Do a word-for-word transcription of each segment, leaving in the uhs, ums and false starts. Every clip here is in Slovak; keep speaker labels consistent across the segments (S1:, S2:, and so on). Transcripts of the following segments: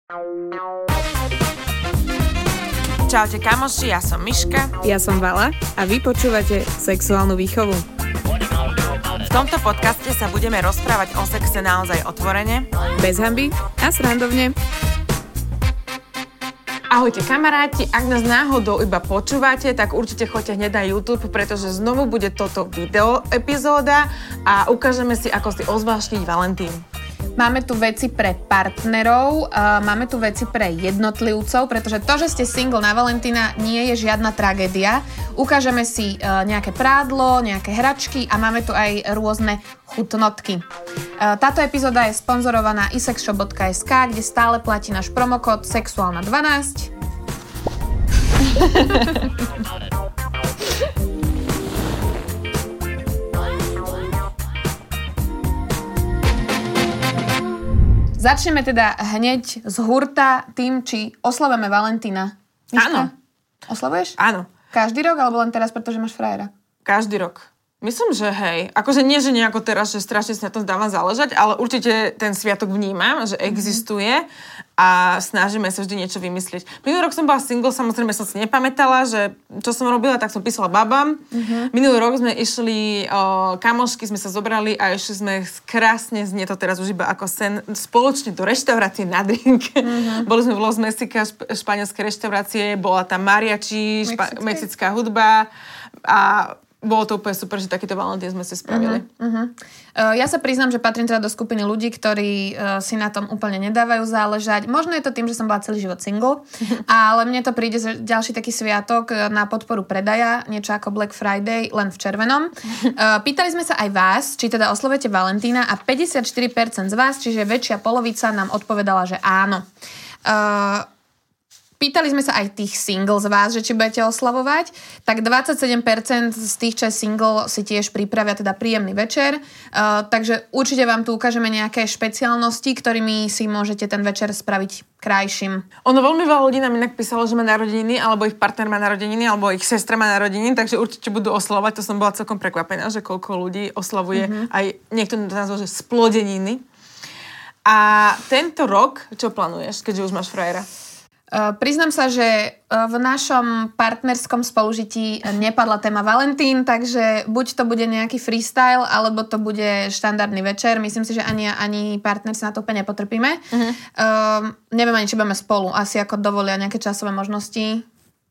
S1: Čaute kamoši, ja som Miška.
S2: Ja som Vala a vy počúvate Sexuálnu výchovu.
S1: V tomto podcaste sa budeme rozprávať o sexe naozaj otvorene,
S2: bez hanby a srandovne.
S1: Ahojte kamaráti, ak nás náhodou iba počúvate, tak určite choďte hneď na YouTube, pretože znovu bude toto video epizóda a ukážeme si, ako si ozvláštniť Valentín.
S2: Máme tu veci pre partnerov, uh, máme tu veci pre jednotlivcov, pretože to, že ste single na Valentína, nie je žiadna tragédia. Ukážeme si uh, nejaké prádlo, nejaké hračky a máme tu aj rôzne chutnotky. Uh, táto epizóda je sponzorovaná i sex shop bodka es ká, kde stále platí náš promokód Sexuálna dvanásť. Začneme teda hneď z hurta tým, či oslavujeme Valentína.
S1: Áno.
S2: Oslavuješ?
S1: Áno.
S2: Každý rok, alebo len teraz, pretože máš frajera?
S1: Každý rok. Myslím, že hej. Akože nie, že nejako teraz, že strašne si na tom dávam záležať, ale určite ten sviatok vnímam, že existuje a snažíme sa vždy niečo vymyslieť. Minulý rok som bola single, samozrejme som si nepamätala, že čo som robila, tak som písala babám. Uh-huh. Minulý rok sme išli, o, kamošky sme sa zobrali a išli sme krásne, znie to teraz už iba ako sen, spoločne do reštaurácie na drink. Uh-huh. Boli sme v Los Mexica, šp- španielské reštaurácie, bola tam mariachi, špa- mexická hudba a bolo to úplne super, že takýto Valentín sme si spravili. Uh-huh, uh-huh. Uh, ja sa priznám, že patrím teda do skupiny ľudí, ktorí uh, si na tom úplne nedávajú záležať. Možno je to tým, že som bola celý život single, ale mne to príde že ďalší taký sviatok na podporu predaja, niečo ako Black Friday, len v červenom. Uh, pýtali sme sa aj vás, či teda oslavujete Valentína a päťdesiatštyri percent z vás, čiže väčšia polovica nám odpovedala, že áno. Uh, Pýtali sme sa aj tých single z vás, že či budete oslavovať, tak dvadsaťsedem percent z tých, čo je single, si tiež pripravia teda príjemný večer. Uh, takže určite vám tu ukážeme nejaké špeciálnosti, ktorými si môžete ten večer spraviť krajším. Ono veľmi veľa ľudí nám inak písalo, že má narodeniny, alebo ich partner má narodeniny, alebo ich sestra má narodeniny, takže určite budú oslavovať. To som bola celkom prekvapená, že koľko ľudí oslavuje mm-hmm. aj niekto to nazval, že splodeniny. A tento rok, čo plánuješ, keďže už máš frajera? Uh, priznám sa, že uh, v našom partnerskom spolužití nepadla téma Valentín, takže buď to bude nejaký freestyle, alebo to bude štandardný večer. Myslím si, že ani ani partner si na to úplne nepotrpíme. Uh-huh. Uh, neviem ani, či budeme spolu. Asi ako dovolia nejaké časové možnosti.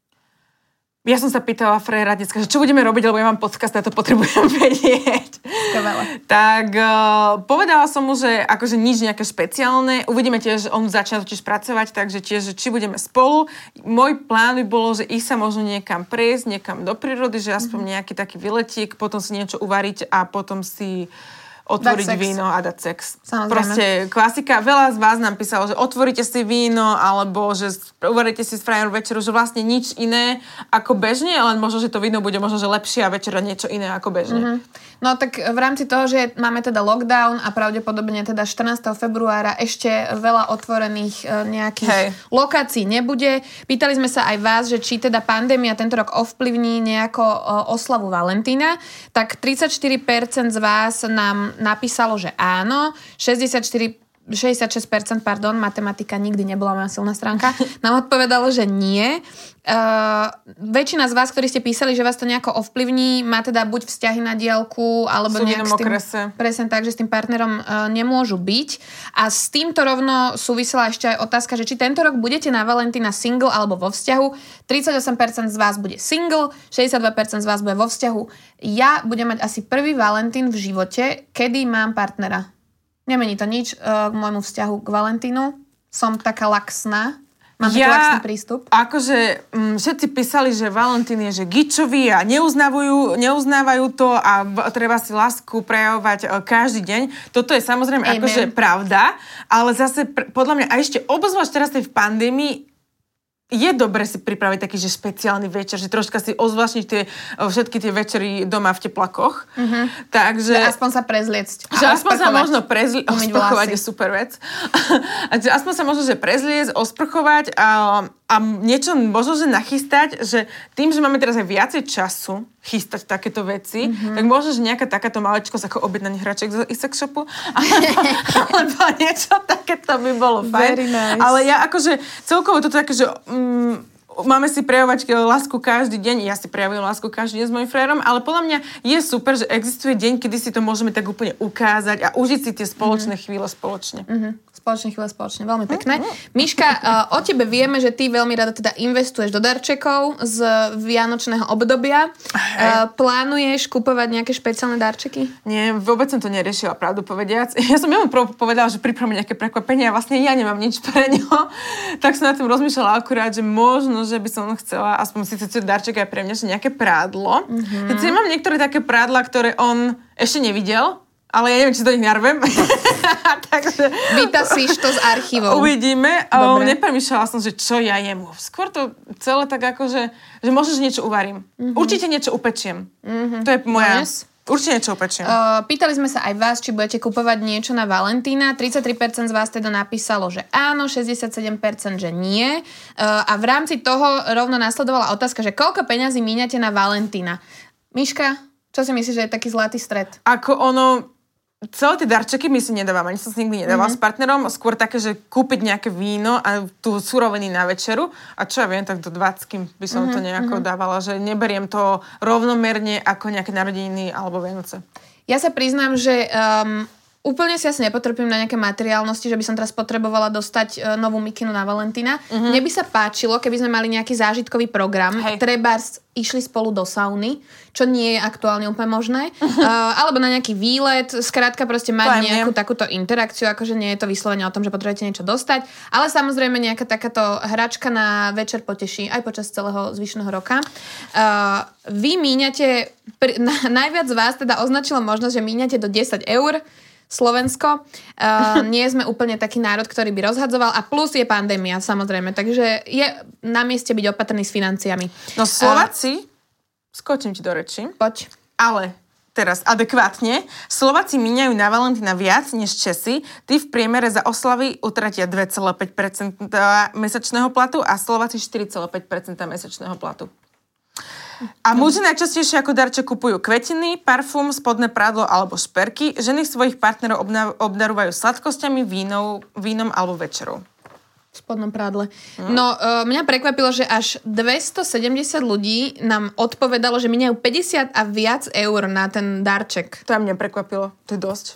S1: Ja som sa pýtala frajera dneska, že čo budeme robiť, lebo ja mám podcast a to potrebujem vedieť.
S2: Skvelé.
S1: Tak uh, povedala som mu, že akože nič nejaké špeciálne. Uvidíme tiež, on začína totiž pracovať, takže tiež, že či budeme spolu. Môj plán by bolo, že ísť sa možno niekam prejsť, niekam do prírody, že aspoň nejaký taký výletík, potom si niečo uvariť a potom si otvoriť víno a dať sex.
S2: Samozrejme.
S1: Proste klasika. Veľa z vás nám písalo, že otvoríte si víno, alebo že uvaríte si s frajerom večeru, že vlastne nič iné ako bežne, len možno, že to víno bude možno, že lepšie a večera niečo iné ako bežne. Mm-hmm.
S2: No tak v rámci toho, že máme teda lockdown a pravdepodobne teda štrnásteho februára ešte veľa otvorených nejakých Hej. lokácií nebude. Pýtali sme sa aj vás, že či teda pandémia tento rok ovplyvní nejako oslavu Valentína, tak tridsaťštyri percent z vás nám napísalo, že áno, šesťdesiatštyri šesťdesiatšesť percent, pardon, matematika nikdy nebola moja silná stránka, nám odpovedalo, že nie. Uh, väčšina z vás, ktorí ste písali, že vás to nejako ovplyvní, má teda buď vzťahy na diaľku, alebo
S1: sú
S2: nejak s tým, presne tak, že s tým partnerom uh, nemôžu byť. A s týmto rovno súvisela ešte aj otázka, že či tento rok budete na Valentína single alebo vo vzťahu. tridsaťosem percent z vás bude single, šesťdesiatdva percent z vás bude vo vzťahu. Ja budem mať asi prvý Valentín v živote, kedy mám partnera. Nemení to nič uh, k môjmu vzťahu k Valentínu. Som taká laxná. Mám ja, taký laxný prístup.
S1: Akože m, všetci písali, že Valentín je že gičový a neuznávajú, neuznávajú to a v, treba si lásku prejavovať uh, každý deň. Toto je samozrejme Amen. akože pravda, ale zase pr- podľa mňa a ešte obzvlášť teraz v pandémii je dobre si pripraviť taký, že špeciálny večer, že troška si ozvláštniť tie, všetky tie večery doma v teplákoch. Mm-hmm. Takže...
S2: Že aspoň sa prezliecť.
S1: Že aspoň sa možno prezliecť. Osprchovať je super vec. Aspoň sa možno, že prezliecť, osprchovať a, a niečo možno, že nachystať, že tým, že máme teraz aj viacej času, chystať takéto veci, mm-hmm. tak možno, že nejaká takáto malečkosť ako objednanie hraček z sex shopu, alebo niečo takéto by bolo fajn.
S2: Nice.
S1: Ale ja akože celkovo toto také, že um, máme si prejavovať lásku každý deň, ja si prejavujem lásku každý deň s mojím frérom, ale podľa mňa je super, že existuje deň, kedy si to môžeme tak úplne ukázať a užiť si tie spoločné mm-hmm. chvíle spoločne.
S2: Mm-hmm. Spoločne chvíle spoločne, veľmi pekné. Mm-hmm. Miška, uh, o tebe vieme, že ty veľmi rada teda investuješ do darčekov z vianočného obdobia. Uh, plánuješ kupovať nejaké špeciálne darčeky?
S1: Nie, vôbec som to neriešila, pravdu povediac. Ja som jemu povedala, že pripravím nejaké prekvapenie a vlastne ja nemám nič pre ňo. Tak som na tým rozmýšľala akurát, že možno, že by som chcela aspoň si cez darček aj pre mňa, že nejaké prádlo. Mm-hmm. Keď si mám niektoré také prádla, ktoré on ešte nevidel, ale ja neviem, či to ich narvem. Takže
S2: vytasíš to z archívov.
S1: Uvidíme. Um, nepremýšľala som, že čo ja jem. Skôr to celé tak ako, že, že možno, že niečo uvarím. Mm-hmm. Určite niečo upečiem. Mm-hmm. To je moja... Yes. Určite niečo upečiem.
S2: Uh, pýtali sme sa aj vás, či budete kupovať niečo na Valentína. tridsaťtri percent z vás teda napísalo, že áno, šesťdesiatsedem percent, že nie. Uh, a v rámci toho rovno nasledovala otázka, že koľko peňazí míňate na Valentína. Miška, čo si myslíš, že je taký zlatý stred?
S1: Ako ono... Celé tie darčeky my si nedávame, ani som si nikdy nedávala mm-hmm. s partnerom, skôr také, že kúpiť nejaké víno a tú suroviny na večeru a čo ja viem, tak do dvadsky by som mm-hmm. to nejako mm-hmm. dávala, že neberiem to rovnomerne ako nejaké narodeniny alebo Vianoce.
S2: Ja sa priznám, že um, úplne si asi nepotrpím na nejaké materiálnosti, že by som teraz potrebovala dostať uh, novú mikinu na Valentína. Mm-hmm. Mne by sa páčilo, keby sme mali nejaký zážitkový program, trebárs išli spolu do sauny, čo nie je aktuálne úplne možné, uh, alebo na nejaký výlet, skrátka proste mať nejakú takúto interakciu, akože nie je to vyslovene o tom, že potrebujete niečo dostať, ale samozrejme nejaká takáto hračka na večer poteší aj počas celého zvyšného roka. Uh, vy míňate, pr- na, najviac z vás teda označilo možnosť, že míňate do desať eur, Slovensko. Uh, nie sme úplne taký národ, ktorý by rozhadzoval a plus je pandémia, samozrejme. Takže je na mieste byť opatrný s financiami.
S1: No Slováci, uh, skočím ti do reči.
S2: Poď.
S1: Ale teraz adekvátne, Slováci míňajú na Valentína viac než Česi. Tí v priemere za oslavy utratia dva celé päť percenta mesačného platu a Slováci štyri celé päť percenta mesačného platu. A muži najčastejšie ako darček kupujú kvetiny, parfum, spodné prádlo alebo šperky. Ženy svojich partnerov obna- obdarujú sladkosťami, vínou, vínom alebo večerou.
S2: V spodnom prádle. Hmm. No, uh, mňa prekvapilo, že až dvestosedemdesiat ľudí nám odpovedalo, že míňajú päťdesiat a viac eur na ten darček.
S1: To mňa prekvapilo. To je dosť.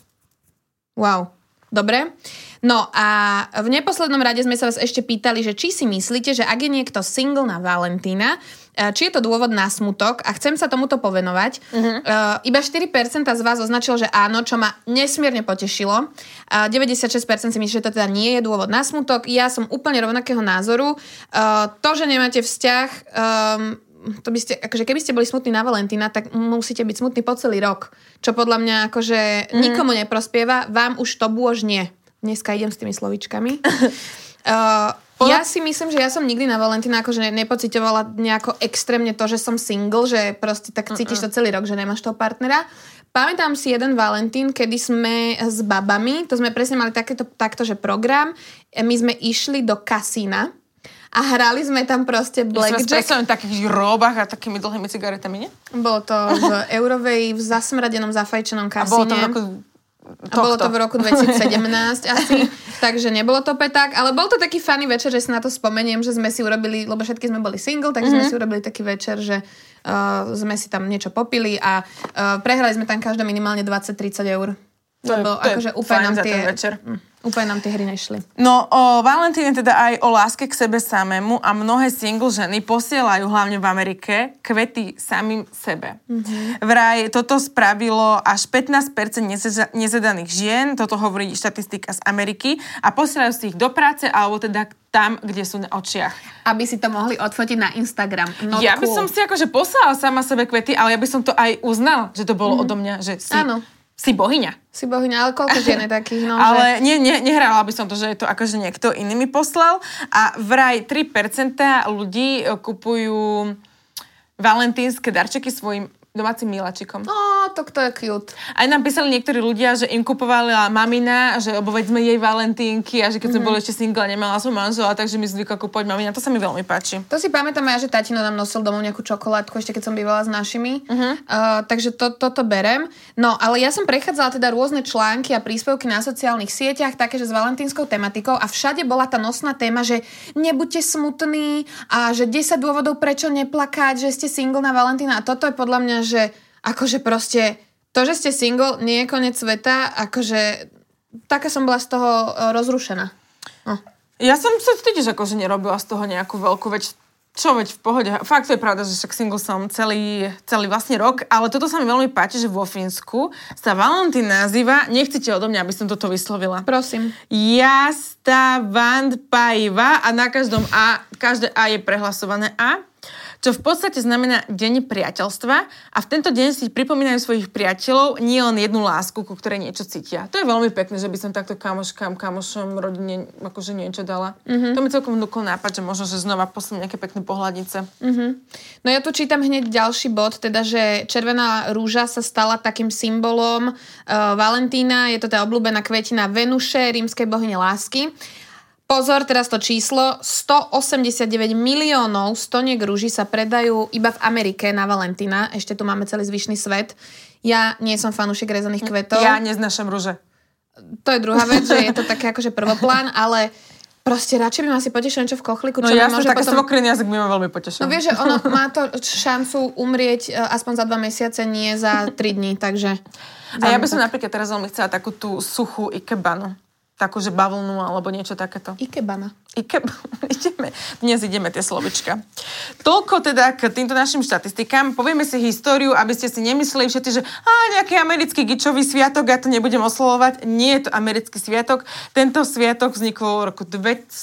S2: Wow. Dobre. No a v neposlednom rade sme sa vás ešte pýtali, že či si myslíte, že ak je niekto single na Valentína, či je to dôvod na smutok a chcem sa tomuto povenovať. Uh-huh. Uh, iba štyri percentá z vás označilo, že áno, čo ma nesmierne potešilo. Uh, deväťdesiatšesť percent si myslí, že to teda nie je dôvod na smutok. Ja som úplne rovnakého názoru. Uh, to, že nemáte vzťah, um, to by ste, akože keby ste boli smutní na Valentína, tak musíte byť smutní po celý rok. Čo podľa mňa akože mm. nikomu neprospieva, vám už to bôž nie. Dneska idem s tými slovíčkami. uh, ja si myslím, že ja som nikdy na Valentína akože nepociťovala nejako extrémne to, že som single, že proste tak cítiš to celý rok, že nemáš toho partnera. Pamätám si jeden Valentín, kedy sme s babami, to sme presne mali takéto, takto, že program, my sme išli do kasína a hrali sme tam proste blackjack.
S1: My sme v takých róbach a takými dlhými cigaretami, nie?
S2: Bolo to v eurovej, v zasmradenom, zafajčenom kasíne.
S1: A bolo to v roku
S2: tohto. A bolo to v roku dvetisícsedemnásť asi, takže nebolo to peták, ale bol to taký funny večer, že si na to spomeniem, že sme si urobili, lebo všetky sme boli single, takže mm-hmm. sme si urobili taký večer, že uh, sme si tam niečo popili a uh, prehrali sme tam každá minimálne dvadsať tridsať eur. To, to bolo akože úplne nám tie... večer. Úplne nám tie hry nešli.
S1: No, o Valentíne teda aj o láske k sebe samému a mnohé single ženy posielajú hlavne v Amerike kvety samým sebe. Mm-hmm. Vraj toto spravilo až pätnásť percent nezadaných žien, toto hovorí štatistika z Ameriky a posielajú si ich do práce alebo teda tam, kde sú na očiach.
S2: Aby si to mohli odfotiť na Instagram. Not
S1: ja
S2: cool.
S1: by som si akože poslala sama sebe kvety, ale ja by som to aj uznala, že to bolo mm-hmm. odo mňa, že si...
S2: Áno.
S1: Si bohyňa.
S2: Si bohyňa, ale koľko žien je takých? No,
S1: ale
S2: že...
S1: nie, nie, nehrala by som to, že je to akože niekto iný mi poslal. A vraj tri percentá ľudí kupujú valentínske darčeky svojim domácim miláčikom.
S2: Ó, to to je cute.
S1: Aj nám písali niektorí ľudia, že im kupovala mamina, že obovedzme jej valentínky a že keď mm-hmm. sme boli ešte single, nemala som manžela, takže mi zvykla kúpovať mamina. To sa mi veľmi páči.
S2: To si pamätám aj, že tatino nám nosil domov nejakú čokoládku, ešte keď som bývala s našimi. Mm-hmm. Uh, takže to, toto berem. No, ale ja som prechádzala teda rôzne články a príspevky na sociálnych sieťach, také, že s valentínskou tematikou a všade bola tá nosná téma, že nebuďte smutní a že desať dôvodov, prečo neplakať, že ste single na Valentína. A toto je podľa mňa, že akože proste to, že ste single, nie je koniec sveta, akože taká som bola z toho rozrušená. No.
S1: Ja som sa tiež akože nerobila z toho nejakú veľkú vec. Čo veď v pohode. Fakt to je pravda, že však single som celý, celý vlastne rok, ale toto sa mi veľmi páči, že vo Fínsku sa Valentín nazýva, nechcete odo mňa, aby som toto vyslovila.
S2: Prosím.
S1: Jasta Vandpaiva a na každom A, každé A je prehlasované A. Čo v podstate znamená deň priateľstva a v tento deň si pripomínajú svojich priateľov nie len jednu lásku, ku ktorej niečo cítia. To je veľmi pekné, že by som takto kamoškám, kamošom, rodine akože niečo dala. Mm-hmm. To mi celkom vnúkol nápad, že možno, že znova poslím nejaké pekné pohľadnice.
S2: Mm-hmm. No ja tu čítam hneď ďalší bod, teda, že červená rúža sa stala takým symbolom uh, Valentína, je to tá obľúbená kvetina Venuše, rímskej bohyne lásky. Pozor, teraz to číslo, stoosemdesiatdeväť miliónov stoniek rúží sa predajú iba v Amerike na Valentína. Ešte tu máme celý zvyšný svet. Ja nie som fanúšik rezaných kvetov.
S1: Ja neznášam rúže.
S2: To je druhá vec, že je to také akože prvoplán, ale proste radšej by ma asi potešilo niečo v kochliku.
S1: No jasne, také potom... svokryný jazyk by ma veľmi potešil.
S2: No vieš, že ono má to šancu umrieť aspoň za dva mesiace, nie za tri dní, takže...
S1: A ja by som tak... napríklad teraz veľmi chcela takú tú suchú ikebanu. Takú, že bavlnu alebo niečo takéto.
S2: Ikebana.
S1: Ikebana. Ideme. Dnes ideme tie slovička. Toľko teda k týmto našim štatistikám. Povieme si históriu, aby ste si nemysleli všetci, že á, nejaký americký gičový sviatok, ja to nebudem oslovovať. Nie je to americký sviatok. Tento sviatok vznikol v roku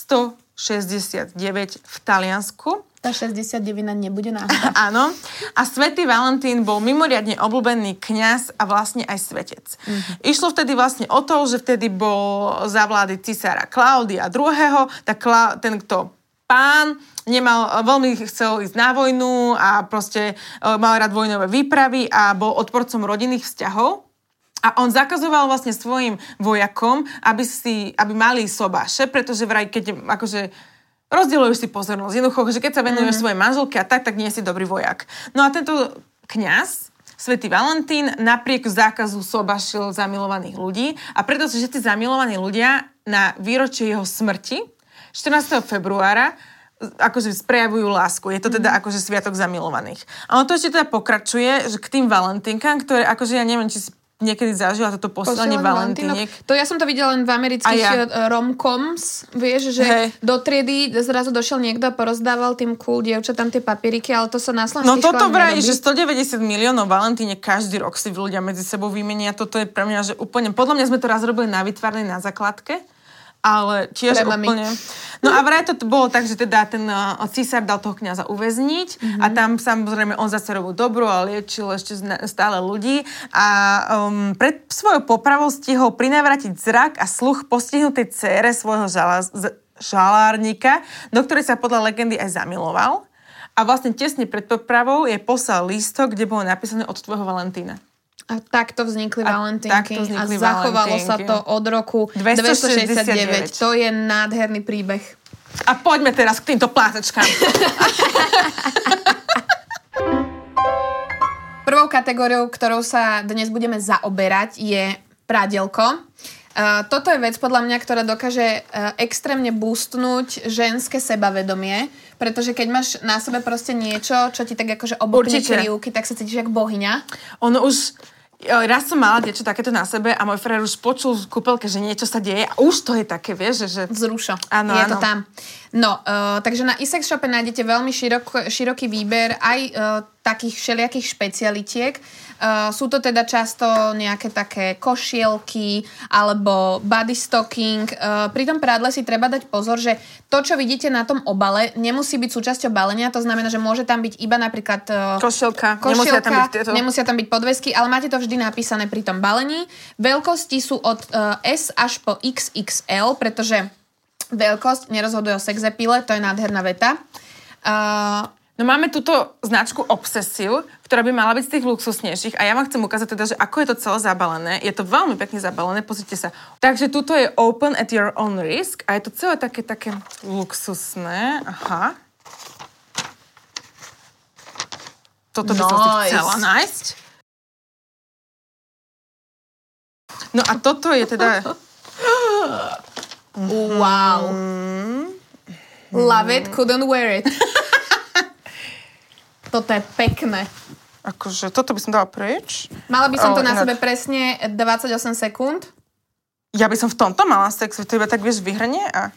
S1: dvestošesťdesiatdeväť v Taliansku.
S2: Tá šesťdesiatdeväť nebude náhoda.
S1: Áno. A svätý Valentín bol mimoriadne obľúbený kňaz a vlastne aj svetec. Mm-hmm. Išlo vtedy vlastne o to, že vtedy bol za vlády cisára Klaudia druhého. Tak ten, kto pán, nemal, veľmi chcel ísť na vojnu a proste mal rád vojnové výpravy a bol odporcom rodinných vzťahov. A on zakazoval vlastne svojim vojakom, aby, si, aby mali sobáše, pretože vraj, keď akože rozdeľuješ si pozornosť. Jednoducho, že keď sa venuješ mm-hmm. svojej manželke a tak, tak nie si dobrý vojak. No a tento kňaz, svätý Valentín, napriek zákazu sobašil zamilovaných ľudí a preto sú všetci zamilovaní ľudia na výročie jeho smrti štrnásteho februára akože prejavujú lásku. Je to teda mm-hmm. akože sviatok zamilovaných. A on to ešte teda pokračuje, že k tým Valentínkam, ktoré akože ja neviem, či si niekedy zažila toto posielanie Valentíniek.
S2: To ja som to videla len v amerických ja. rom-coms, vieš, že hey. do triedy zrazu došiel niekto a porozdával tým cool dievčatám tie papieriky, ale to sa na slovenských
S1: školách No toto vraj, že stodeväťdesiat miliónov Valentíniek každý rok si ľudia medzi sebou vymenia. Toto je pre mňa, že úplne... Podľa mňa sme to raz robili na výtvarnej na základke, ale tiež úplne... No a vraj to bolo tak, že teda ten uh, císar dal toho kňaza uväzniť mm-hmm. a tam samozrejme on zase robil dobro a liečil ešte stále ľudí a um, pred svojou popravou stihol prinavrátiť zrak a sluch postihnutej dcére svojho žala, z, žalárnika, do ktorej sa podľa legendy aj zamiloval a vlastne tesne pred popravou je poslal lístok, kde bolo napísané od tvojho Valentína.
S2: A takto vznikli Valentínky a, a zachovalo sa to od roku dvestošesťdesiatdeväť. To je nádherný príbeh.
S1: A poďme teraz k týmto plátačkám.
S2: Prvou kategóriou, ktorou sa dnes budeme zaoberať, je pradielko. Uh, toto je vec, podľa mňa, ktorá dokáže uh, extrémne boostnúť ženské sebavedomie, pretože keď máš na sebe proste niečo, čo ti tak akože obopne krivky, tak sa cítiš jak bohyňa.
S1: Ono už... Raz som mala niečo takéto na sebe a môj frér už počul v kúpelke, že niečo sa deje a už to je také, vieš, že...
S2: Vzrušo.
S1: Áno,
S2: je
S1: áno.
S2: to tam. No, uh, takže na isex shope nájdete veľmi širok, široký výber aj uh, takých všelijakých špecialitiek. Uh, sú to teda často nejaké také košielky alebo body stocking. Uh, pri tom prádle si treba dať pozor, že to, čo vidíte na tom obale, nemusí byť súčasťou balenia. To znamená, že môže tam byť iba napríklad uh,
S1: košielka.
S2: košielka
S1: nemusia tam byť tieto.
S2: Nemusia tam byť podvesky, ale máte to vždy napísané pri tom balení. Veľkosti sú od uh, S až po iks iks el, pretože veľkosť nerozhoduje o sexepile, to je nádherná veta. Uh,
S1: No máme túto značku Obsessive, ktorá by mala byť z tých luxusnejších a ja vám chcem ukázať teda, že ako je to celé zabalené. Je to veľmi pekne zabalené, pozrite sa. Takže tuto je open at your own risk a je to celé také, také luxusné. Aha. Toto by nice. Som si chcela nájsť. No a toto je teda...
S2: Wow. Mm. Love it, couldn't wear it. Toto je pekné.
S1: Akože, toto by som dala preč.
S2: Mala by som oh, to na inak. Sebe presne dvadsaťosem sekúnd.
S1: Ja by som v tomto mala sex, to iba tak, vieš, vyhrnie a...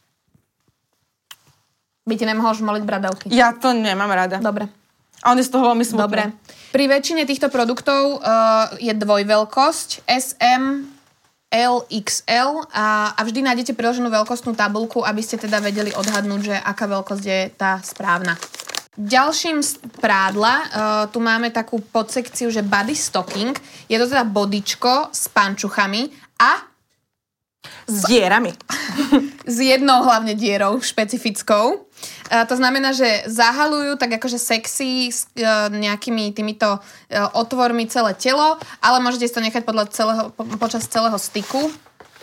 S2: By ti nemohol žmoliť bradavky.
S1: Ja to nemám rada.
S2: Dobre.
S1: A on je z toho veľmi smutný.
S2: Dobre. Pri väčšine týchto produktov uh, je dvojveľkosť es em, el, iks el a, a vždy nájdete priloženú veľkostnú tabuľku, aby ste teda vedeli odhadnúť, že aká veľkosť je tá správna. Ďalším z prádla, uh, tu máme takú podsekciu, že body stocking. Je to teda bodičko s pančuchami a
S1: s dierami.
S2: S jednou hlavne dierou špecifickou. Uh, to znamená, že zahalujú tak akože sexy s uh, nejakými týmito uh, otvormi celé telo, ale môžete si to nechať podľa celého, po, počas celého styku.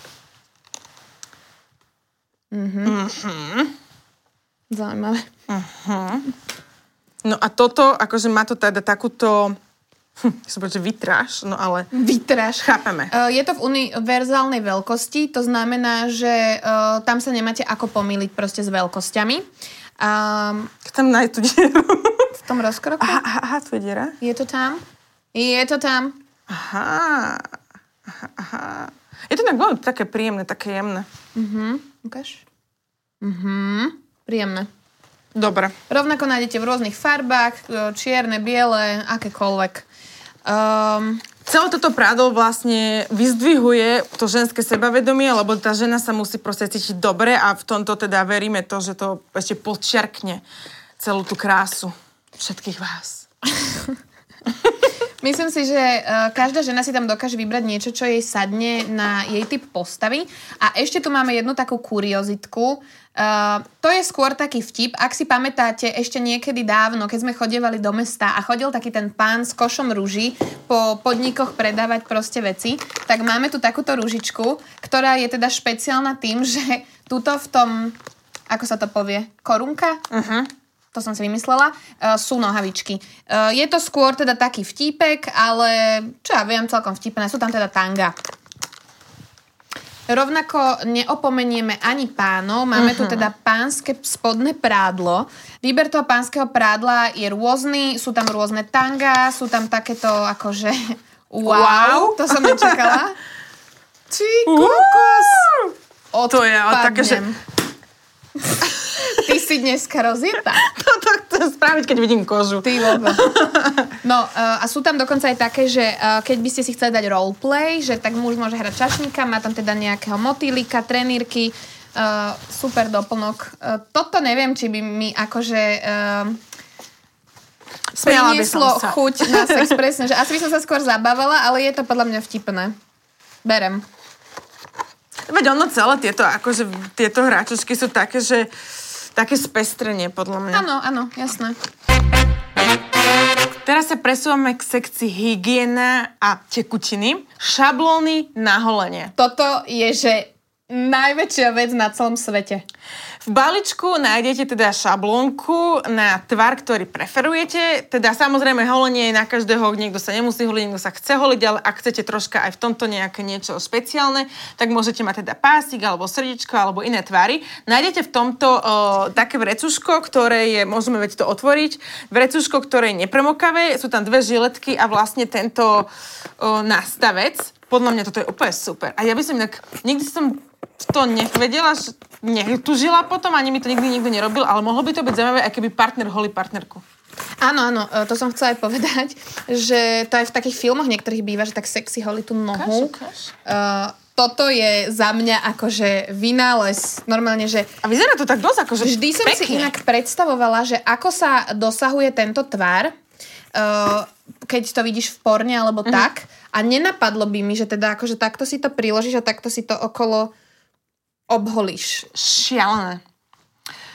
S2: Mhm.
S1: Mhm.
S2: Zaujímavé.
S1: Mhm. No a toto, akože má to teda takúto, hm, som povedal, že vytráž, no ale...
S2: Vytráž.
S1: Chápeme.
S2: Uh, je to v univerzálnej veľkosti, to znamená, že uh, tam sa nemáte ako pomýliť proste s veľkosťami. Um,
S1: Chcem nájsť tú dieru.
S2: V tom rozkroku?
S1: Aha, aha, aha, tu je diera.
S2: Je to tam? Je to tam.
S1: Aha, aha, aha. Je to tak veľmi také príjemné, také jemné.
S2: Mhm, ukáž. Mhm, príjemné.
S1: Dobre.
S2: Rovnako nájdete v rôznych farbách, čierne, biele, akékoľvek. Um,
S1: Celé toto prádlo vlastne vyzdvihuje to ženské sebavedomie, lebo tá žena sa musí proste cítiť dobre a v tomto teda veríme to, že to ešte podčiarkne celú tú krásu všetkých vás.
S2: Myslím si, že uh, každá žena si tam dokáže vybrať niečo, čo jej sadne na jej typ postavy. A ešte tu máme jednu takú kuriozitku. Uh, to je skôr taký vtip. Ak si pamätáte, ešte niekedy dávno, keď sme chodievali do mesta a chodil taký ten pán s košom rúží po podnikoch predávať proste veci, tak máme tu takúto rúžičku, ktorá je teda špeciálna tým, že tuto v tom, ako sa to povie, korunka?
S1: Uh-huh.
S2: To som si vymyslela, uh, sú nohavičky. Uh, je to skôr teda taký vtípek, ale čo ja viem, celkom vtipné. Sú tam teda tanga. Rovnako neopomenieme ani pánov. Máme uh-huh. tu teda pánske spodné prádlo. Výber toho pánskeho prádla je rôzny. Sú tam rôzne tanga, sú tam takéto akože wow, wow. To som nečakala. Ty kokos.
S1: To je ale také, že...
S2: Ty si dneska rozjetá.
S1: Toto chcem spraviť, keď vidím kožu.
S2: Ty vôbec. No uh, a sú tam dokonca aj také, že uh, keď by ste si chceli dať roleplay, že tak muž môže hrať čašníka, má tam teda nejakého motýlika, trenírky, uh, super doplnok. Uh, toto neviem, či by mi akože uh, prinieslo chuť na sex, presne, že asi by som sa skôr zabávala, ale je to podľa mňa vtipné. Berem.
S1: Veď ono celé tieto, akože tieto hráčočky sú také, že také spestrenie, podľa mňa.
S2: Áno, áno, jasné.
S1: Teraz sa presúvame k sekcii hygiena a tekutiny. Šablóny na holenie.
S2: Toto je, že najväčšia vec na celom svete.
S1: V balíčku nájdete teda šablónku na tvar, ktorý preferujete. Teda samozrejme holenie je na každého, niekto sa nemusí holiť, niekto sa chce holiť, ale ak chcete troška aj v tomto nejaké niečo špeciálne, tak môžete mať teda pásik, alebo srdiečko, alebo iné tvary. Nájdete v tomto o, také vrecuško, ktoré je, môžeme veď to otvoriť, vrecuško, ktoré je nepremokavé, sú tam dve žiletky a vlastne tento o, nastavec. Podľa mňa toto je úplne super. A ja by som inak, nikdy som to nevedela, netužila potom, ani mi to nikdy nikto nerobil, ale mohlo by to byť zaujímavé, aj keby partner holí partnerku.
S2: Áno, áno, to som chcela aj povedať, že to aj v takých filmoch niektorých býva, že tak sexy holí tú nohu.
S1: Ukáž, ukáž.
S2: Uh, toto je za mňa akože vynález. Normálne, že...
S1: A vyzerá to tak dosť akože
S2: vždy som
S1: pekne.
S2: si inak predstavovala, že ako sa dosahuje tento tvar, uh, keď to vidíš v porne alebo mm. tak, a nenapadlo by mi, že teda akože takto si to priložíš a takto si to okolo obholíš.
S1: Šialené.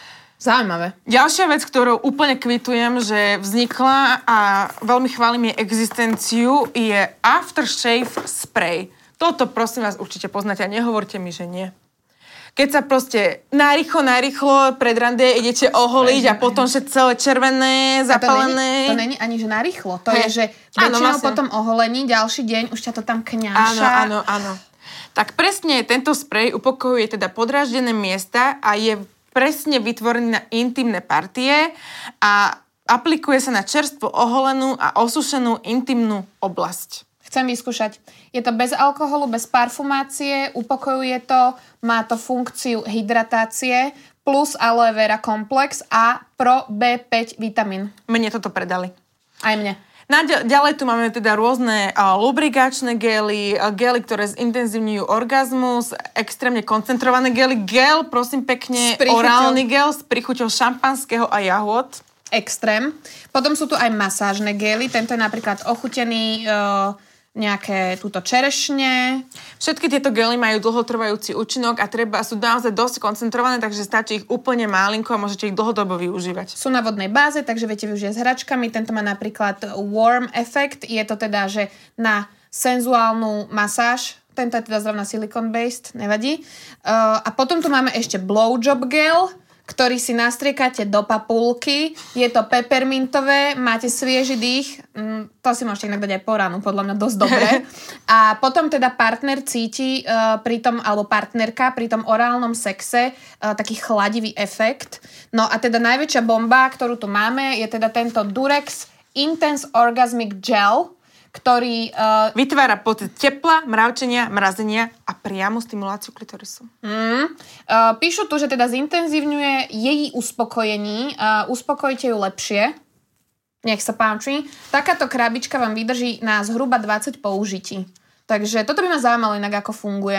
S2: Zaujímavé.
S1: Ďalšia vec, ktorú úplne kvitujem, že vznikla a veľmi chválim jej existenciu, je aftershave spray. Toto prosím vás určite poznáte a nehovorte mi, že nie. Keď sa proste narýchlo, narýchlo pred rande idete oholiť a potom že celé červené, zapálené.
S2: To není ani že narýchlo. To hey. je, že väčšinou po tom oholení ďalší deň už ťa to tam kňaša.
S1: Áno, áno, áno. Tak presne tento sprej upokojuje teda podráždené miesta a je presne vytvorený na intimné partie a aplikuje sa na čerstvo oholenú a osušenú intimnú oblasť.
S2: Chcem vyskúšať. Je to bez alkoholu, bez parfumácie, upokojuje to, má to funkciu hydratácie, plus aloe vera komplex a pro bé päť vitamín.
S1: Mne toto predali.
S2: Aj mne.
S1: Ďalej tu máme teda rôzne uh, lubrikačné gely, uh, gely, ktoré zintenzívňujú orgazmus, extrémne koncentrované gely, gel, prosím pekne, orálny gel s príchuťou šampanského a jahôd.
S2: Extrém. Potom sú tu aj masážne gely, tento je napríklad ochutený uh, nejaké túto čerešne.
S1: Všetky tieto gely majú dlhotrvajúci účinok a treba, sú naozaj dosť koncentrované, takže stačí ich úplne málinko a môžete ich dlhodobo využívať.
S2: Sú na vodnej báze, takže viete využiť s hračkami. Tento má napríklad warm effect. Je to teda, že na senzuálnu masáž. Tento je teda zrovna silicone based, nevadí. Uh, a potom tu máme ešte blowjob gel, ktorý si nastriekate do papulky. Je to peppermintové, máte svieži dých. Mm, to si môžete inak dať aj po ránu, podľa mňa dosť dobre. A potom teda partner cíti uh, pri tom, alebo partnerka pri tom orálnom sexe uh, taký chladivý efekt. No a teda najväčšia bomba, ktorú tu máme, je teda tento Durex Intense Orgasmic Gel, ktorý Uh,
S1: vytvára pocit tepla, mravčenia, mrazenia a priamu stimuláciu klitorisu.
S2: Mm, uh, píšu tu, že teda zintenzívňuje jej uspokojení. Uh, uspokojte ju lepšie. Nech sa páči. Takáto krabička vám vydrží na zhruba dvadsať použití. Takže toto by ma zaujímalo inak, ako funguje.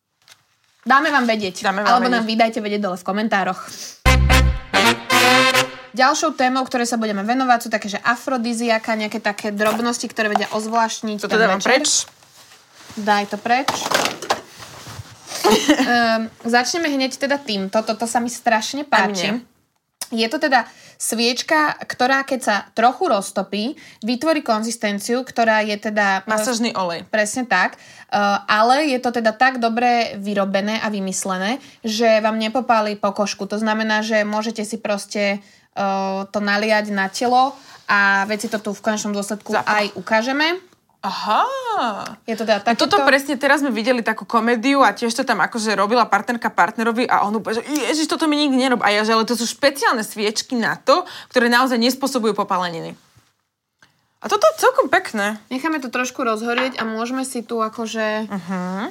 S2: Dáme vám vedieť.
S1: Dáme vám
S2: alebo
S1: vedieť.
S2: nám vydajte vedieť dole v komentároch. Ďalšou témou, ktoré sa budeme venovať, sú také, že afrodiziaka, nejaké také drobnosti, ktoré vedia ozvláštniť.
S1: Toto dávam preč.
S2: Daj to preč. um, začneme hneď teda týmto. Toto sa mi strašne páči. Je to teda sviečka, ktorá keď sa trochu roztopí, vytvorí konzistenciu, ktorá je teda
S1: masážny olej.
S2: Presne tak. Uh, ale je to teda tak dobre vyrobené a vymyslené, že vám nepopálí pokožku. To znamená, že môžete si proste uh, to naliať na telo a veci to tu v konečnom dôsledku Zapach. aj ukážeme.
S1: Aha.
S2: Je to teda takéto...
S1: Toto presne, teraz sme videli takú komédiu a tiež to tam akože robila partnerka partnerovi a on úplne, že ježiš, toto mi nikdy nerob. A ja, že ale to sú špeciálne sviečky na to, ktoré naozaj nespôsobujú popáleniny. A toto je celkom pekné.
S2: Necháme to trošku rozhorieť a môžeme si tu akože...
S1: Uh-huh.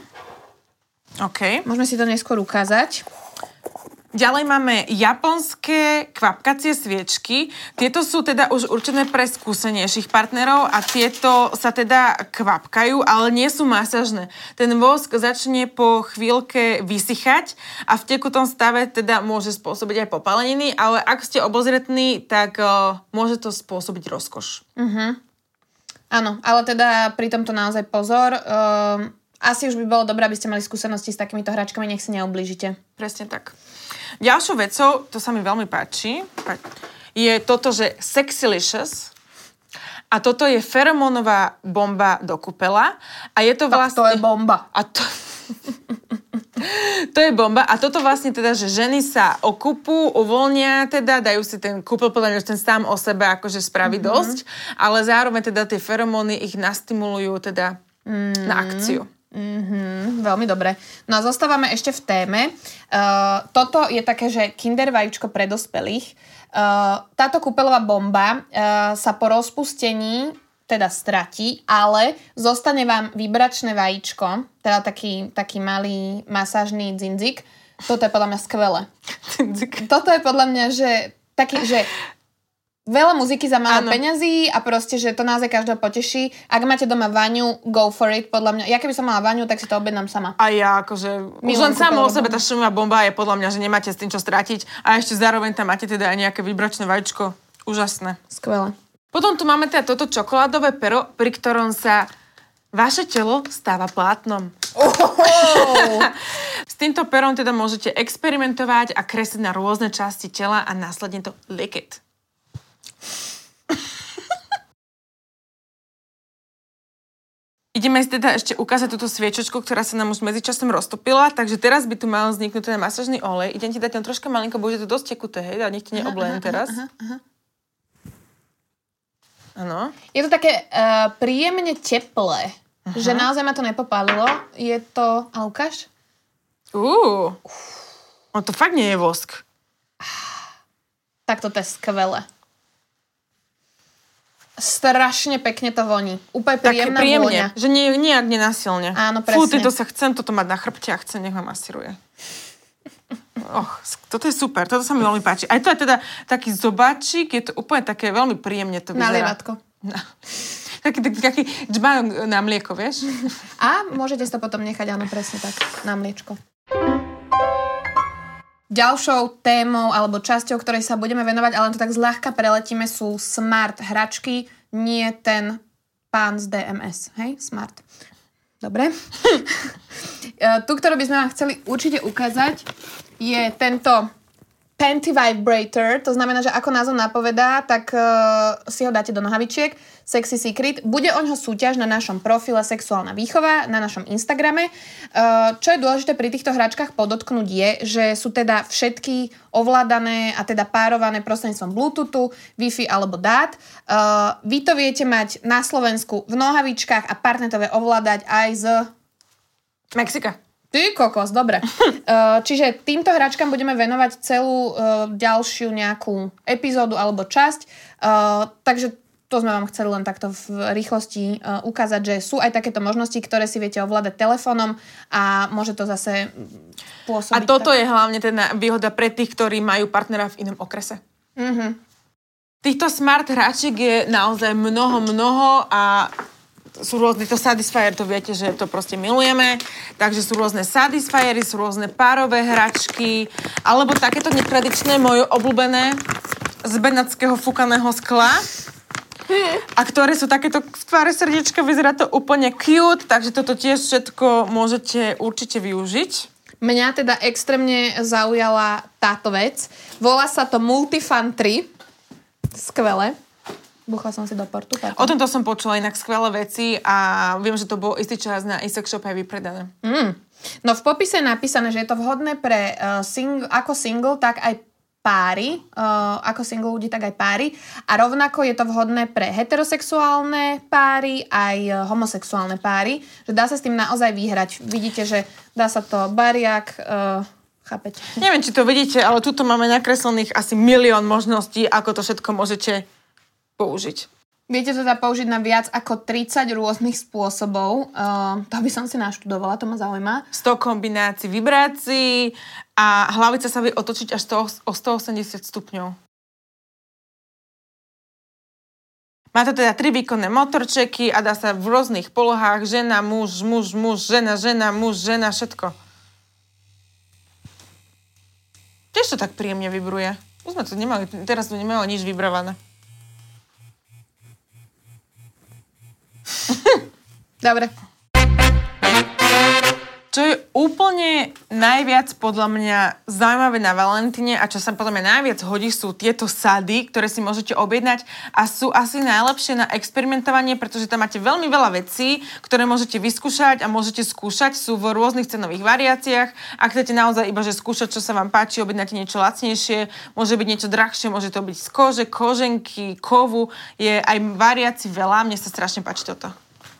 S1: OK.
S2: Môžeme si to neskôr ukázať.
S1: Ďalej máme japonské kvapkacie sviečky. Tieto sú teda už určené pre skúsenejších partnerov a tieto sa teda kvapkajú, ale nie sú masážne. Ten vosk začne po chvíľke vysychať a v tekutom stave teda môže spôsobiť aj popáleniny, ale ak ste obozretní, tak uh, môže to spôsobiť rozkoš.
S2: Uh-huh. Áno, ale teda pri tomto naozaj pozor. Um, asi už by bolo dobré, aby ste mali skúsenosti s takýmito hračkami, nech si neublížite.
S1: Presne tak. Ďalšou vecou, to sa mi veľmi páči, je toto, že Sexylicious. A toto je feromónová bomba do kúpela. A je to vlastne...
S2: Tak to je bomba.
S1: A to... to je bomba. A toto vlastne teda, že ženy sa okúpú, uvoľnia teda, dajú si ten kúpel, podľa mňa, ten sám o sebe akože spraví mm-hmm. dosť, ale zároveň teda tie feromóny ich nastimulujú teda mm-hmm. na akciu.
S2: Mm-hmm, veľmi dobre. No a zostávame ešte v téme. Uh, toto je také, že kinder vajíčko pre dospelých. Uh, táto kúpelová bomba uh, sa po rozpustení teda stratí, ale zostane vám vibračné vajíčko, teda taký, taký malý masážny dzinzik. Toto je podľa mňa skvelé. Toto je podľa mňa, že taký, že veľa muziky za málo peňazí a proste, že to naozaj každého poteší. Ak máte doma vaňu, go for it, podľa mňa. Ja keby som mala vaňu, tak si to objednám sama.
S1: A ja akože, už len samo o sebe tá šumová bomba je podľa mňa, že nemáte s tým čo stratiť a ešte zároveň tam máte teda aj nejaké vibračné vajíčko. Úžasné.
S2: Skvelé.
S1: Potom tu máme teda toto čokoládové pero, pri ktorom sa vaše telo stáva plátnom.
S2: Oh.
S1: S týmto perom teda môžete experimentovať a kresliť na rôzne časti tela a následne to likiť. Ideme si teda ešte ukázať túto sviečočku, ktorá sa nám už medzičasom roztopila, takže teraz by tu mal vzniknúť ten masážny olej. Idem ti dať tam troška malinko, bude to dosť tekuté, hej, a nech ti neoblejem teraz.
S2: Aha, aha.
S1: Áno.
S2: Je to také uh, príjemne teplé, aha. Že naozaj ma to nepopálilo. Je to... A ukáž?
S1: Uuu. No to fakt nie je vosk.
S2: Tak toto je skvelé. Strašne pechne to voní. Úplne príjemná vôňa.
S1: Že nie, nijak nenasilne.
S2: Áno, presne.
S1: Fú, to sa chcem toto mať na chrbte a chcem, nech ma masíruje. Och, toto je super, toto sa mi veľmi páči. Aj to je teda taký zobáčik, je to úplne také veľmi príjemne to vyzerá.
S2: Nalievatko.
S1: No. Taký, taký, taký džbán na mlieko, vieš?
S2: A môžete si to potom nechať, áno, presne tak, na mliečko. Ďalšou témou alebo časťou, ktorej sa budeme venovať, ale to tak zľahka preletíme, sú smart hračky, nie ten pán z dé em es. Hej? Smart. Dobre. Tu, ktorú by sme vám chceli určite ukázať, je tento Panty Vibrator. To znamená, že ako názov napovedá, tak uh, si ho dáte do nohavičiek. Sexy Secret. Bude oňho súťaž na našom profile Sexuálna výchova, na našom Instagrame. Uh, čo je dôležité pri týchto hračkách podotknúť je, že sú teda všetky ovládané a teda párované prostredníctvom Bluetoothu, Wi-Fi alebo dát. Uh, vy to viete mať na Slovensku v nohavičkách a partnerové ovládať aj z
S1: Mexika.
S2: Ty kokos, dobre. Čiže týmto hračkám budeme venovať celú ďalšiu nejakú epizódu alebo časť. Takže to sme vám chceli len takto v rýchlosti ukázať, že sú aj takéto možnosti, ktoré si viete ovládať telefónom a môže to zase pôsobiť.
S1: A toto
S2: tak.
S1: je hlavne teda výhoda pre tých, ktorí majú partnera v inom okrese.
S2: Mhm.
S1: Týchto smart hračiek je naozaj mnoho, mnoho a sú rôzne, to Satisfyer, to viete, že to proste milujeme, takže sú rôzne Satisfyery, sú rôzne párové hračky, alebo takéto netradičné, moje obľúbené z benátskeho fúkaného skla, a ktoré sú takéto v tváre srdiečka, vyzerá to úplne cute, takže toto tiež všetko môžete určite využiť.
S2: Mňa teda extrémne zaujala táto vec. Volá sa to Multifun tri. Skvelé. Buchla som si do portu. Pardon.
S1: O tomto som počula inak skvelé veci a viem, že to bol istý čas na e-sex shop aj vypredané.
S2: Mm. No v popise je napísané, že je to vhodné pre uh, sing- ako single, tak aj páry. Uh, ako single ľudí, tak aj páry. A rovnako je to vhodné pre heterosexuálne páry, aj uh, homosexuálne páry. Že dá sa s tým naozaj vyhrať. Vidíte, že dá sa to bariak... Uh, chápete?
S1: Neviem, či to vidíte, ale tuto máme nakreslených asi milión možností, ako to všetko môžete použiť.
S2: Viete to teda použiť na viac ako tridsať rôznych spôsobov. Uh, to by som si naštudovala, to ma zaujíma.
S1: sto kombinácií vibrácií a hlavica sa vie otočiť až o stoosemdesiat stupňov. Má to teda tri výkonné motorčeky a dá sa v rôznych polohách žena, muž, muž, muž, žena, žena, muž, žena, všetko. Tiež to tak príjemne vibruje. My sme to nemali, teraz to nemalo nič vibrovane.
S2: Dobre.
S1: Čo je úplne najviac podľa mňa zaujímavé na Valentíne a čo sa podľa mňa najviac hodí, sú tieto sady, ktoré si môžete objednať a sú asi najlepšie na experimentovanie, pretože tam máte veľmi veľa vecí, ktoré môžete vyskúšať a môžete skúšať. Sú v rôznych cenových variáciách. Ak chcete naozaj iba že skúšať, čo sa vám páči, objednáte niečo lacnejšie, môže byť niečo drahšie, môže to byť z kože, koženky, kovu. Je aj variácií veľa. Mne sa strašne páči toto.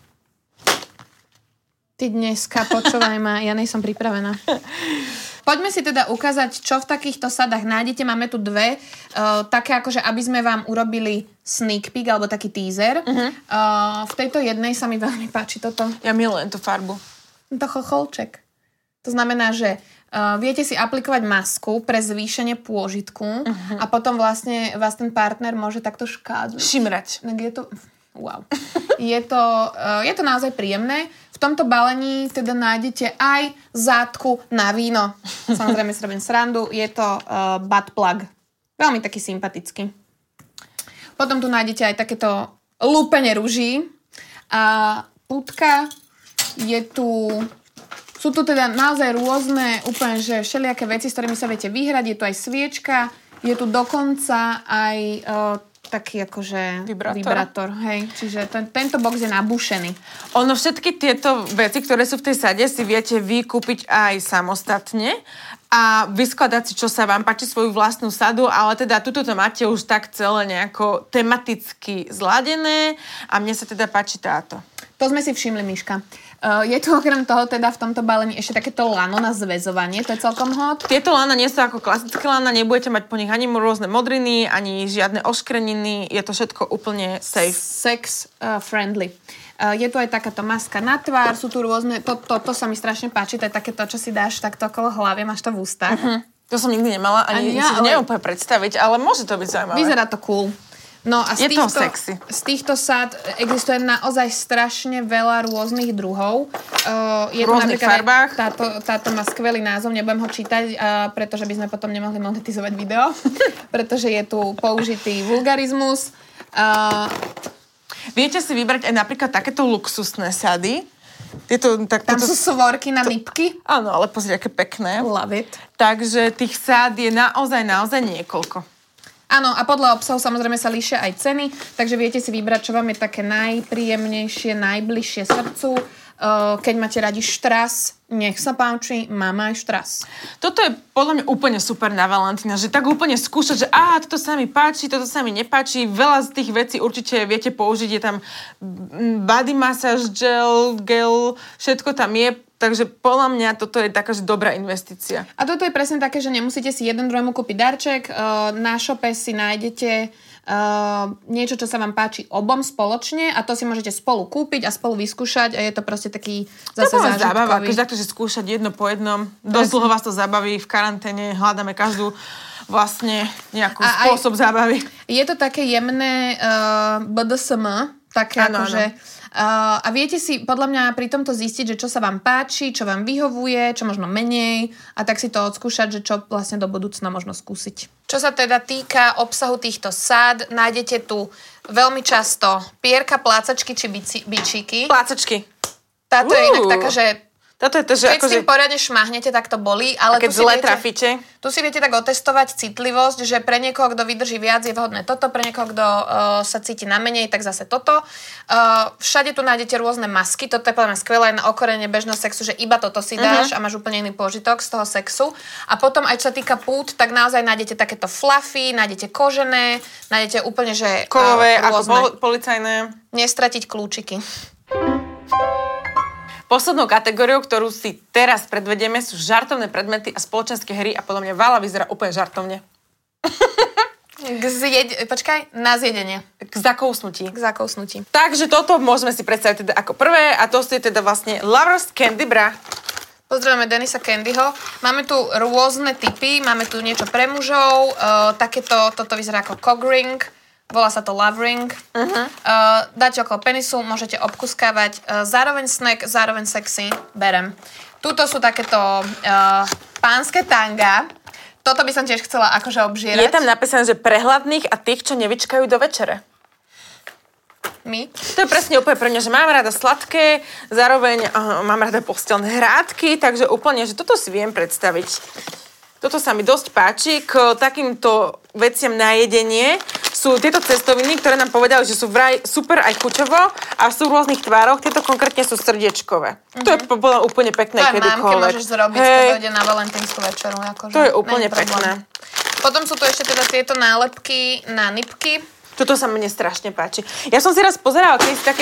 S2: Ty dneska, počúvaj ma, ja nejsom pripravená. Poďme si teda ukázať, čo v takýchto sadách nájdete. Máme tu dve, uh, také akože, aby sme vám urobili sneak peek, alebo taký teaser. Uh-huh. Uh, v tejto jednej sa mi veľmi páči toto.
S1: Ja milujem tú farbu.
S2: To chocholček. To znamená, že uh, viete si aplikovať masku pre zvýšenie pôžitku uh-huh. a potom vlastne vás ten partner môže takto škádliť.
S1: Šimrať.
S2: Tak je to... Wow. Je to, uh, je to naozaj príjemné. V tomto balení teda nájdete aj zátku na víno. Samozrejme si robím srandu. Je to uh, butt plug. Veľmi taký sympatický. Potom tu nájdete aj takéto lúpenie ruží. A putka je tu Sú tu teda naozaj rôzne úplne, že všelijaké veci, s ktorými sa viete vyhrať. Je tu aj sviečka, je tu dokonca aj uh, taký akože
S1: vibrátor.
S2: vibrátor hej. Čiže ten, tento box je nabušený.
S1: Ono všetky tieto veci, ktoré sú v tej sade, si viete vykúpiť aj samostatne a vyskladať si, čo sa vám páči, svoju vlastnú sadu, ale teda tuto to máte už tak celé nejako tematicky zladené a mne sa teda páči táto.
S2: To sme si všimli, Miška. Uh, je tu okrem toho teda v tomto balení ešte takéto lano na zväzovanie, to je celkom hot.
S1: Tieto lana nie sú ako klasické lana, nebudete mať po nich ani rôzne modriny, ani žiadne oškreniny, je to všetko úplne safe.
S2: Sex uh, friendly. Uh, je tu aj takáto maska na tvár, sú tu rôzne, to, to, to sa mi strašne páči, to je takéto, čo si dáš takto okolo hlavy, máš to v ústach. Uh-huh.
S1: To som nikdy nemala, ani, ani ja, si ale... neviem úplne predstaviť, ale môže to byť zaujímavé.
S2: Vyzerá to cool. No a z
S1: je
S2: týchto,
S1: to sexy.
S2: Z týchto sád existuje naozaj strašne veľa rôznych druhov. Uh, je
S1: v rôznych farbách.
S2: Táto, táto má skvelý názov, nebudem ho čítať, uh, pretože by sme potom nemohli monetizovať video, pretože je tu použitý vulgarizmus. Uh,
S1: Viete si vybrať aj napríklad takéto luxusné sady. Tieto, tak,
S2: Tam
S1: toto,
S2: sú svorky na
S1: to,
S2: nipky.
S1: Áno, ale pozri, aké pekné.
S2: Love it.
S1: Takže tých sád je naozaj, naozaj niekoľko.
S2: Áno, a podľa obsahu samozrejme sa líšia aj ceny, takže viete si vybrať, čo vám je také najpríjemnejšie, najbližšie srdcu. Keď máte radi štras, nech sa páči, máme aj štras.
S1: Toto je podľa mňa úplne super na Valentína, že tak úplne skúšať, že á, toto sa mi páči, toto sa mi nepáči. Veľa z tých vecí určite viete použiť. Je tam body massage gel, gel, všetko tam je. Takže podľa mňa toto je taká, že dobrá investícia.
S2: A toto je presne také, že nemusíte si jeden druhému kúpiť darček. Na šope si nájdete niečo, čo sa vám páči obom spoločne a to si môžete spolu kúpiť a spolu vyskúšať a je to proste taký zase zážitkový. To
S1: zábava, keď takto, že skúšať jedno po jednom. Dosť dlho vás to zabaví v karanténe, hľadáme každú vlastne nejaký spôsob aj, zábavy.
S2: Je to také jemné uh, bé dé es em, také ano, akože... Uh, a viete si podľa mňa pri tomto zistiť, že čo sa vám páči, čo vám vyhovuje, čo možno menej a tak si to odskúšať, že čo vlastne do budúcna možno skúsiť. Čo sa teda týka obsahu týchto sád, nájdete tu veľmi často pierka, plácačky či bici, bičíky.
S1: Plácačky.
S2: Táto uh. je inak taká, že
S1: Toto je to, že
S2: keď
S1: ako,
S2: s tým
S1: že...
S2: poriadne šmahnete, tak to bolí. Ale
S1: keď
S2: tu si,
S1: zle
S2: viete,
S1: trafíte.
S2: Tu si viete tak otestovať citlivosť, že pre niekoho, kto vydrží viac, je vhodné toto, pre niekoho, kto uh, sa cíti na menej, tak zase toto. Uh, všade tu nájdete rôzne masky. Toto je podľa mňa skvelé na okorenie bežného sexu, že iba toto si dáš uh-huh. a máš úplne iný požitok z toho sexu. A potom aj čo sa týka pút, tak naozaj nájdete takéto fluffy, nájdete kožené, nájdete úplne, že
S1: kovové,
S2: uh,
S1: ako pol- policajné.
S2: Nestratiť kľúčiky.
S1: Poslednou kategóriou, ktorú si teraz predvedieme, sú žartovné predmety a spoločenské hry a podľa mňa Vala vyzerá úplne žartovne.
S2: K zjed... Počkaj, na zjedenie.
S1: K zakousnutí.
S2: K zakousnutí.
S1: Takže toto môžeme si predstaviť teda ako prvé a to je teda vlastne Lovers Candy Bra.
S2: Pozdravujeme Denisa Candyho. Máme tu rôzne typy, máme tu niečo pre mužov, uh, takéto, toto vyzerá ako cock ring. Volá sa to love ring. Uh-huh. Uh, dáte okolo penisu, môžete obkuskávať. Uh, zároveň snack, zároveň sexy. Berem. Tuto sú takéto uh, pánske tanga. Toto by som tiež chcela akože obžierať.
S1: Je tam napísané, že pre hladných a tých, čo nevyčkajú do večere.
S2: My?
S1: To je presne úplne pre mňa, že mám rada sladké, zároveň uh, mám rada postelné hrádky, takže úplne, že toto si viem predstaviť. Toto sa mi dosť páči. K takýmto veciam na jedenie sú tieto cestoviny, ktoré nám povedali, že sú vraj super aj chuťovo a sú v rôznych tvároch. Tieto konkrétne sú srdiečkové. Mm-hmm. To je bolo úplne pekné kedykoľvek. To aj mámke
S2: môžeš zrobiť, hey. Keď dojde na valentínsku večeru. Akože.
S1: To je úplne pekné.
S2: Potom sú tu ešte teda tieto nálepky na nipky.
S1: Toto sa mne strašne páči. Ja som si raz pozerala, keď si také...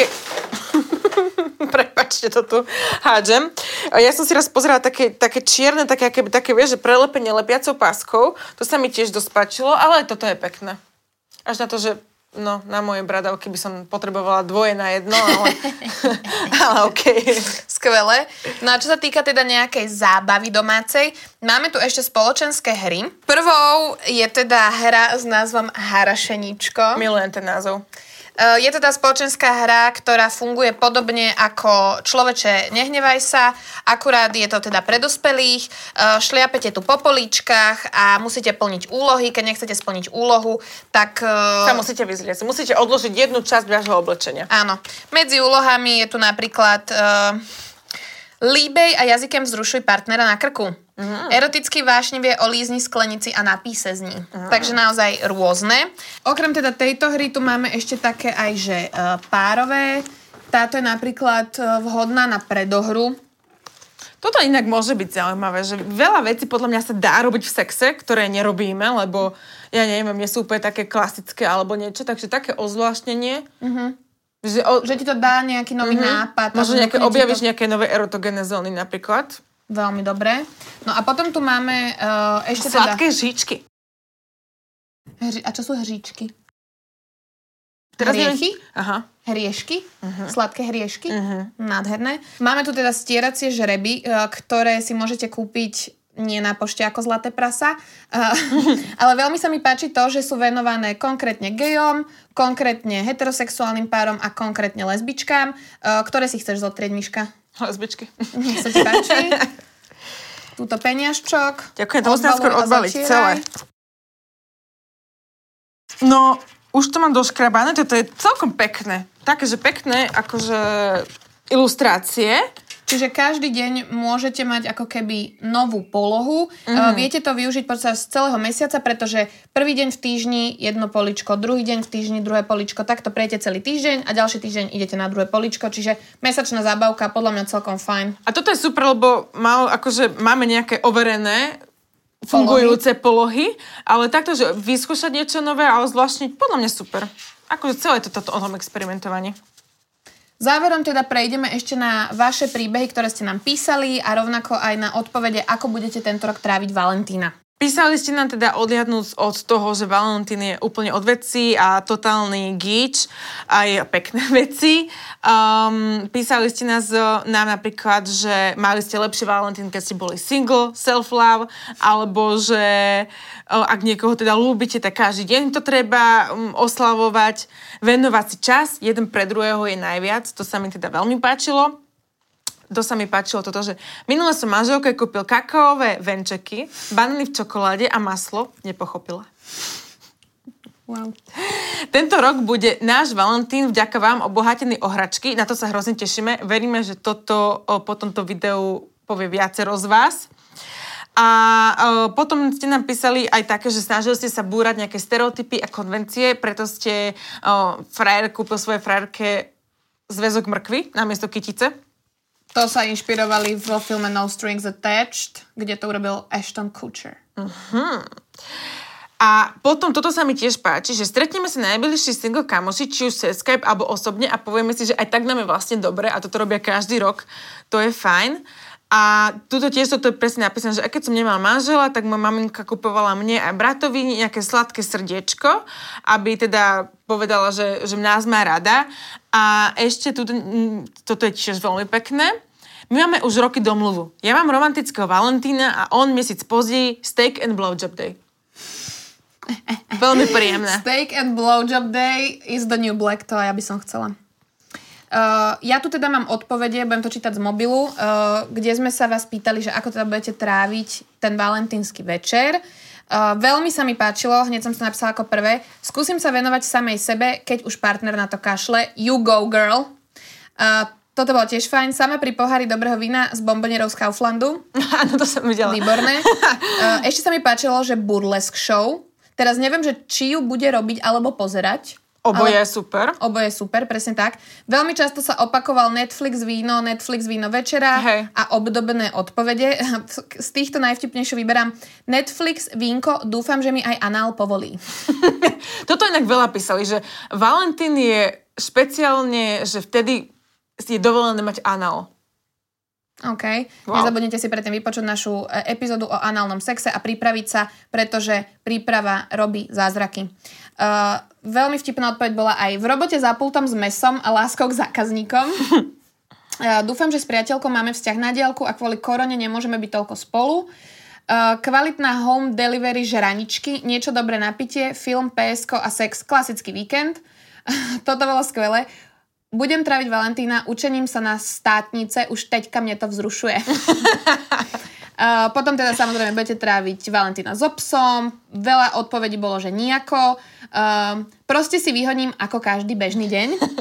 S1: Prepáčte, to tu hádžem. Ja som si raz pozerala také, také čierne, také, také, také vieš, že prelepenie lepiacou páskou. To sa mi tiež dosť páčilo, ale aj toto je pekné. Až na to, že no, na mojej bradavky by som potrebovala dvoje na jedno, ale, ale okej. Okay.
S2: Skvelé. No a čo sa týka teda nejakej zábavy domácej, máme tu ešte spoločenské hry. Prvou je teda hra s názvom Harašeníčko.
S1: Milujem ten názov.
S2: Je to tá spoločenská hra, ktorá funguje podobne ako Človeče, nehnevaj sa, akurát je to teda pre dospelých, šliapete tu po políčkach a musíte plniť úlohy, keď nechcete splniť úlohu, tak...
S1: Sa musíte vyzrieť, musíte odložiť jednu časť vášho oblečenia.
S2: Áno. Medzi úlohami je tu napríklad... Líbej a jazykem vzrušuj partnera na krku. Mm. Eroticky vášnivie olízni sklenici a napí se z ní. Mm. Takže naozaj rôzne. Okrem teda tejto hry tu máme ešte také aj, že uh, párové. Táto je napríklad uh, vhodná na predohru.
S1: Toto inak môže byť zaujímavé, že veľa vecí podľa mňa sa dá robiť v sexe, ktoré nerobíme, lebo ja neviem, nie sú úplne také klasické alebo niečo, takže také ozvláštnenie.
S2: Mm-hmm. Že, o... že ti to dá nejaký nový mm-hmm. nápad.
S1: Možno nejaké, objavíš to... nejaké nové erotogénne zóny napríklad.
S2: Veľmi dobré. No a potom tu máme uh, ešte
S1: sladké
S2: teda...
S1: hříčky.
S2: Hři... A čo sú hříčky?
S1: Teraz
S2: hriechy?
S1: Neviem... Aha.
S2: Hriešky? Uh-huh. Sladké hriešky?
S1: Uh-huh.
S2: Nádherné. Máme tu teda stieracie žreby, uh, ktoré si môžete kúpiť nie na pošte ako zlaté prasa, uh, ale veľmi sa mi páči to, že sú venované konkrétne gejom, konkrétne heterosexuálnym párom a konkrétne lesbičkám. Uh, ktoré si chceš zotrieť, Miška?
S1: Lesbičky.
S2: Nech sa ti páči. Túto peniažčok.
S1: Ďakujem, to musím skôr odbaliť celé. No, už to mám doškrabané, toto je celkom pekné. Také, že pekné, akože ilustrácie.
S2: Čiže každý deň môžete mať ako keby novú polohu. Mm. Viete to využiť počas celého mesiaca, pretože prvý deň v týždni jedno poličko, druhý deň v týždni druhé poličko, takto prejete celý týždeň a ďalší týždeň idete na druhé poličko, čiže mesačná zábavka, podľa mňa celkom fajn.
S1: A toto je super, lebo mal, akože máme nejaké overené fungujúce polohy, ale takto, že vyskúšať niečo nové a ozvláštniť, podľa mňa super. Akože celé to toto o tom experimentovanie.
S2: Záverom teda prejdeme ešte na vaše príbehy, ktoré ste nám písali a rovnako aj na odpovede, ako budete tento rok tráviť Valentína.
S1: Písali ste nám teda odliadnúc od toho, že Valentín je úplne od vecí a totálny gíč, aj pekné veci. Um, písali ste nás, nám napríklad, že mali ste lepšie Valentín, keď ste boli single, self-love, alebo že uh, ak niekoho teda ľúbite, tak každý deň to treba um, oslavovať. Venovať si čas, jeden pre druhého je najviac, to sa mi teda veľmi páčilo. To sa mi páčilo toto, že minule som manželke kúpil kakaové venčeky, banány v čokoláde a maslo. Nepochopila.
S2: Wow.
S1: Tento rok bude náš Valentín vďaka vám obohatený o hračky. Na to sa hrozne tešíme. Veríme, že toto o, po tomto videu povie viacero z vás. A o, potom ste nám písali aj také, že snažili ste sa búrať nejaké stereotypy a konvencie, preto ste o, frajer kúpil svojej frajerke zväzok mrkvy namiesto kytice.
S2: To sa inšpirovali vo filme No Strings Attached, kde to urobil Ashton Kutcher.
S1: Uh-huh. A potom toto sa mi tiež páči, že stretneme sa najbližší single kamoši, či už cez Skype alebo osobne a povieme si, že aj tak nám je vlastne dobre a toto robia každý rok. To je fajn. A tuto tiež toto je presne napísané, že aj keď som nemala manžela, tak moja maminka kupovala mne aj bratovi nejaké sladké srdiečko, aby teda povedala, že, že nás má rada. A ešte tuto, toto je tiež veľmi pekné. My máme už roky domluvu. Ja mám romantického Valentína a on mesiac později steak and blowjob day. Veľmi príjemné.
S2: Steak and blowjob day is the new black, to ja by som chcela. Uh, ja tu teda mám odpovede, budem to čítať z mobilu, uh, kde sme sa vás pýtali, že ako teda budete tráviť ten valentínsky večer. Uh, veľmi sa mi páčilo, hneď som sa napísala ako prvé, skúsim sa venovať samej sebe, keď už partner na to kašle. You go, girl. Uh, toto bolo tiež fajn. Sama pri pohári dobrého vína s bombonierou z Kauflandu.
S1: Áno, to som videla.
S2: Výborné. Uh, ešte sa mi páčilo, že burlesk show. Teraz neviem, že či ju bude robiť alebo pozerať.
S1: Oboje je super.
S2: Oboje je super, presne tak. Veľmi často sa opakoval Netflix víno, Netflix víno večera Hej. a obdobné odpovede. Z týchto najvtipnejšie vyberám Netflix vínko, dúfam, že mi aj anál povolí.
S1: Toto inak veľa písali, že Valentín je špeciálne, že vtedy je dovolené mať anál.
S2: OK. Wow. Nezabudnite si predtým vypočuť našu epizódu o análnom sexe a pripraviť sa, pretože príprava robí zázraky. Uh, veľmi vtipná odpoveď bola aj v robote za pultom s mesom a láskou k zákazníkom. Uh, dúfam, že s priateľkou máme vzťah na diaľku a kvôli korone nemôžeme byť toľko spolu. Uh, kvalitná home delivery žraničky, niečo dobré na pitie, film, pé esko a sex, klasický víkend. Toto bolo skvelé. Budem tráviť Valentína učením sa na státnice, už teďka mne to vzrušuje. uh, potom teda samozrejme budete tráviť Valentína so psom, veľa odpovedí bolo, že nijako. Uh, proste si vyhodím ako každý bežný deň.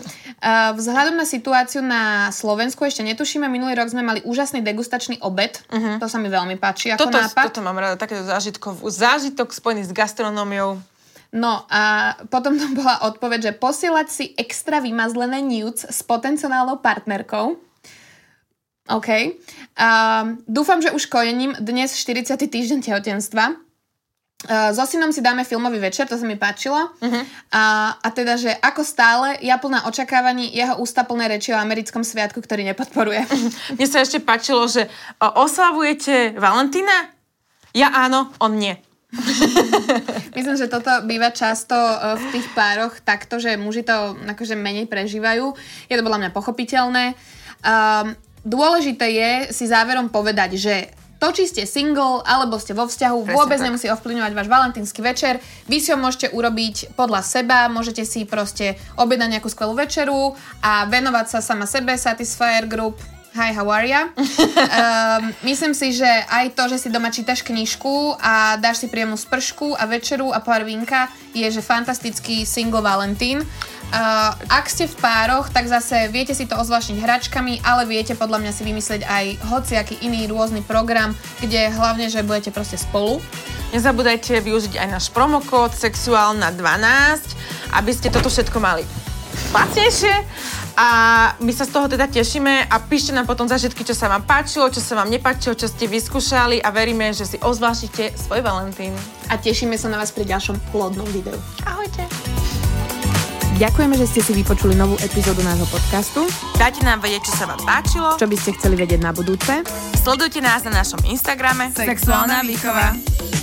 S2: Uh, vzhľadom na situáciu na Slovensku ešte netušíme. Minulý rok sme mali úžasný degustačný obed. Uh-huh. To sa mi veľmi páči ako
S1: toto,
S2: nápad.
S1: Toto mám rada, takéto zážitkov, zážitok spojený s gastronómiou.
S2: No a potom to bola odpoveď, že posielať si extra vymazlené nudes s potenciálnou partnerkou. OK. Uh, dúfam, že už kojením dnes štyridsiaty týždeň tehotenstva. Uh, so synom si dáme filmový večer, to sa mi páčilo. Uh-huh. A, a teda, že ako stále, ja plná očakávaní, jeho ústa plné reči o americkom sviatku, ktorý nepodporuje.
S1: Mne sa ešte páčilo, že oslavujete Valentína? Ja áno, on nie.
S2: Myslím, že toto býva často v tých pároch takto, že muži to akože menej prežívajú. Je to podľa mňa pochopiteľné. Um, dôležité je si záverom povedať, že to, či ste single, alebo ste vo vzťahu, presne vôbec tak nemusí ovplyvňovať váš valentínsky večer. Vy si ho môžete urobiť podľa seba, môžete si proste objednať nejakú skvelú večeru a venovať sa sama sebe, Satisfyer Group. Hi, how are ya? um, myslím si, že aj to, že si doma čítaš knižku a dáš si príjemnú spršku a večeru a pár vínka, je, že fantastický single Valentín. Uh, ak ste v pároch, tak zase viete si to ozvláštniť hračkami, ale viete podľa mňa si vymyslieť aj hociaký iný rôzny program, kde hlavne, že budete proste spolu.
S1: Nezabúdajte využiť aj náš promokód Sexuálna dvanásť, aby ste toto všetko mali lacnejšie a my sa z toho teda tešíme a píšte nám potom zážitky, čo sa vám páčilo, čo sa vám nepáčilo, čo ste vyskúšali a veríme, že si ozvláštite svoj Valentín.
S2: A tešíme sa na vás pri ďalšom plodnom videu.
S1: Ahojte.
S2: Ďakujeme, že ste si vypočuli novú epizódu nášho podcastu.
S1: Dajte nám vedieť, čo sa vám páčilo.
S2: Čo by ste chceli vedieť na budúce.
S1: Sledujte nás na našom Instagrame
S3: Sexuálna výchova.